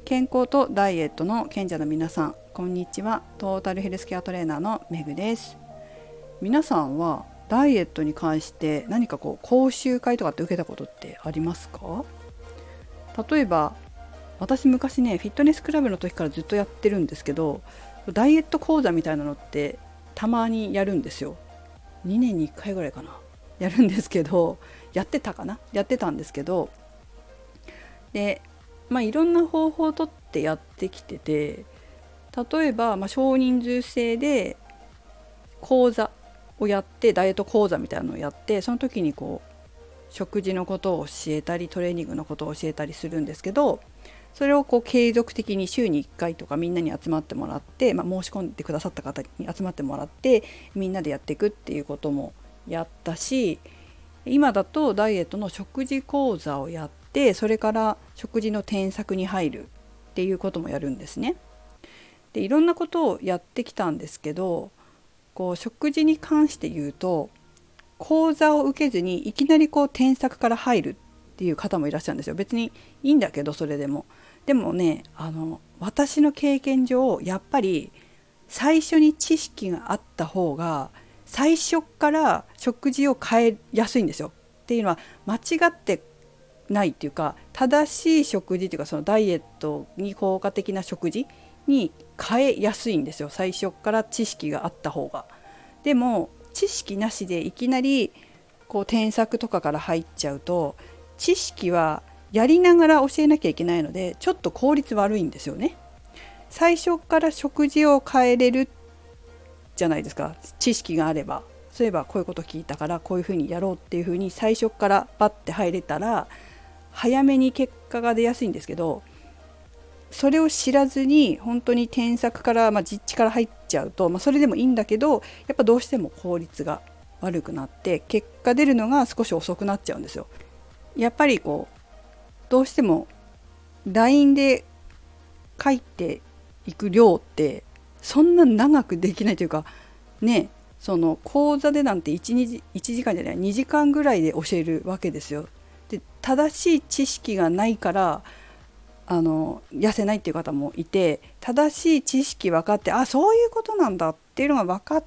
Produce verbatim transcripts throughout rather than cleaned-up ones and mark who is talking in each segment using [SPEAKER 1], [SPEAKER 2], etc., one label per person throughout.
[SPEAKER 1] 健康とダイエットの賢者の皆さん、こんにちは。トータルヘルスケアトレーナーのめぐです。皆さんはダイエットに関して何かこう講習会とかって受けたことってありますか？例えば私昔ねフィットネスクラブの時からずっとやってるんですけど、ダイエット講座みたいなのってたまにやるんですよ。にねんにいっかいぐらいかな、やるんですけど、やってたかなやってたんですけど、でまあいろんな方法をとってやってきてて、例えば、まあ、少人数制で講座をやって、ダイエット講座みたいなのをやって、その時にこう食事のことを教えたりトレーニングのことを教えたりするんですけど、それをこう継続的に週にいっかいとかみんなに集まってもらって、まあ、申し込んでくださった方に集まってもらってみんなでやっていくっていうこともやったし、今だとダイエットの食事講座をやって、それから食事の添削に入るっていうこともやるんですね。でいろんなことをやってきたんですけど、こう食事に関して言うと、講座を受けずにいきなりこう添削から入るっていう方もいらっしゃるんですよ。別にいいんだけど、それでもでもね、あの私の経験上やっぱり最初に知識があった方が最初から食事を変えやすいんですよ。っていうのは間違ってないっていうか、正しい食事というか、そのダイエットに効果的な食事に変えやすいんですよ、最初から知識があった方が。でも知識なしでいきなりこう添削とかから入っちゃうと、知識はやりながら教えなきゃいけないのでちょっと効率悪いんですよね。最初から食事を変えれるじゃないですか、知識があれば。そういえばこういうこと聞いたからこういうふうにやろうっていうふうに最初からバッて入れたら早めに結果が出やすいんですけど、それを知らずに本当に添削から、まあ、実地から入っちゃうと、まあ、それでもいいんだけど、やっぱどうしても効率が悪くなって結果出るのが少し遅くなっちゃうんですよ。やっぱりこうどうしても ライン で書いていく量ってそんな長くできないというかね、その講座でなんていち、にじいちじかんじゃないにじかんぐらいで教えるわけですよ。で正しい知識がないからあの痩せないっていう方もいて、正しい知識分かって、あそういうことなんだっていうのが分かって、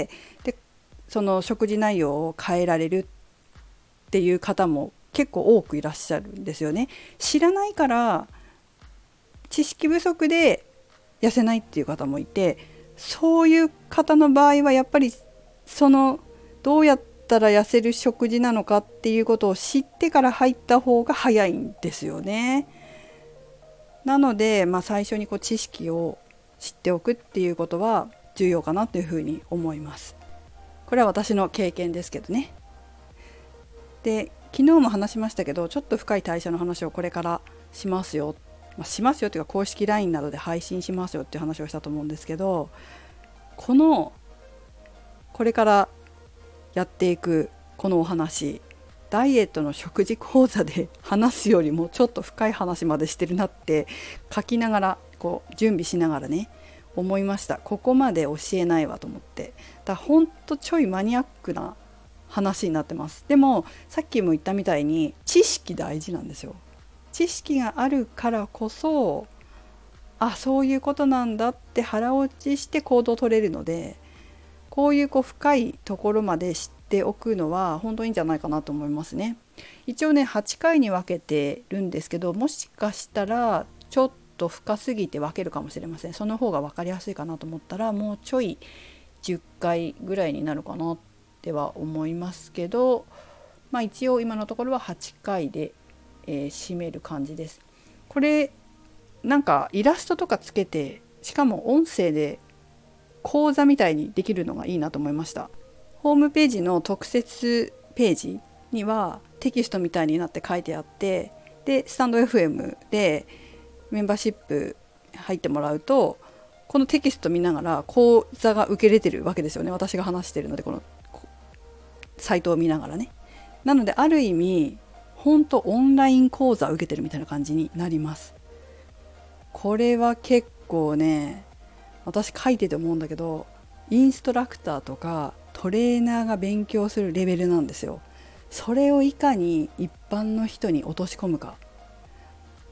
[SPEAKER 1] でその食事内容を変えられるっていう方も結構多くいらっしゃるんですよね。知らないから知識不足で痩せないっていう方もいて、そういう方の場合はやっぱりそのどうやったら痩せる食事なのかっていうことを知ってから入った方が早いんですよね。なので、まあ、最初にこう知識を知っておくっていうことは重要かなというふうに思います。これは私の経験ですけどね。で昨日も話しましたけど、ちょっと深い代謝の話をこれからしますよ、まあ、しますよというか公式 ライン などで配信しますよっていう話をしたと思うんですけど、このこれからやっていくこのお話、ダイエットの食事講座で話すよりもちょっと深い話までしてるなって書きながらこう準備しながらね思いました。ここまで教えないわと思って。だからほんとちょいマニアックな話になってます。でもさっきも言ったみたいに知識大事なんですよ。知識があるからこそ、あそういうことなんだって腹落ちして行動を取れるので、こういうこう深いところまで知っておくのは本当にいいんじゃないかなと思いますね。一応ねはちかいに分けてるんですけど、もしかしたらちょっと深すぎて分けるかもしれません。その方が分かりやすいかなと思ったら、もうちょいじゅっかいぐらいになるかなっては思いますけど、まあ一応今のところははちかいで、えー、締める感じです。これなんかイラストとかつけて、しかも音声で講座みたいにできるのがいいなと思いました。ホームページの特設ページにはテキストみたいになって書いてあって、でスタンド エフエム でメンバーシップ入ってもらうと、このテキスト見ながら講座が受けれてるわけですよね。私が話してるので、このサイトを見ながらね。なのである意味本当オンライン講座を受けてるみたいな感じになります。これは結構ね、私書いてて思うんだけど、インストラクターとかトレーナーが勉強するレベルなんですよ。それをいかに一般の人に落とし込むか。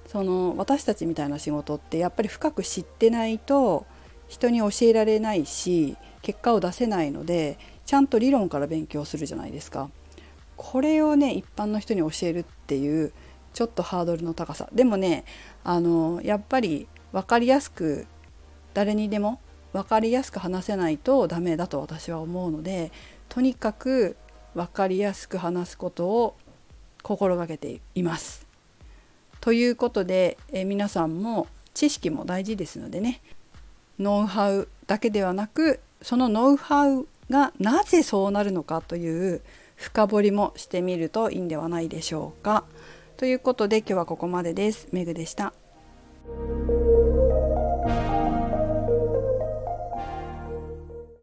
[SPEAKER 1] その私たちみたいな仕事ってやっぱり深く知ってないと人に教えられないし結果を出せないので、ちゃんと理論から勉強するじゃないですか。これをね一般の人に教えるっていうちょっとハードルの高さでもね、あのやっぱり分かりやすく、誰にでも分かりやすく話せないとダメだと私は思うので、とにかく分かりやすく話すことを心がけています。ということで、え皆さんも知識も大事ですのでね、ノウハウだけではなく、そのノウハウがなぜそうなるのかという深掘りもしてみるといいんではないでしょうか。ということで今日はここまでです。めぐでした。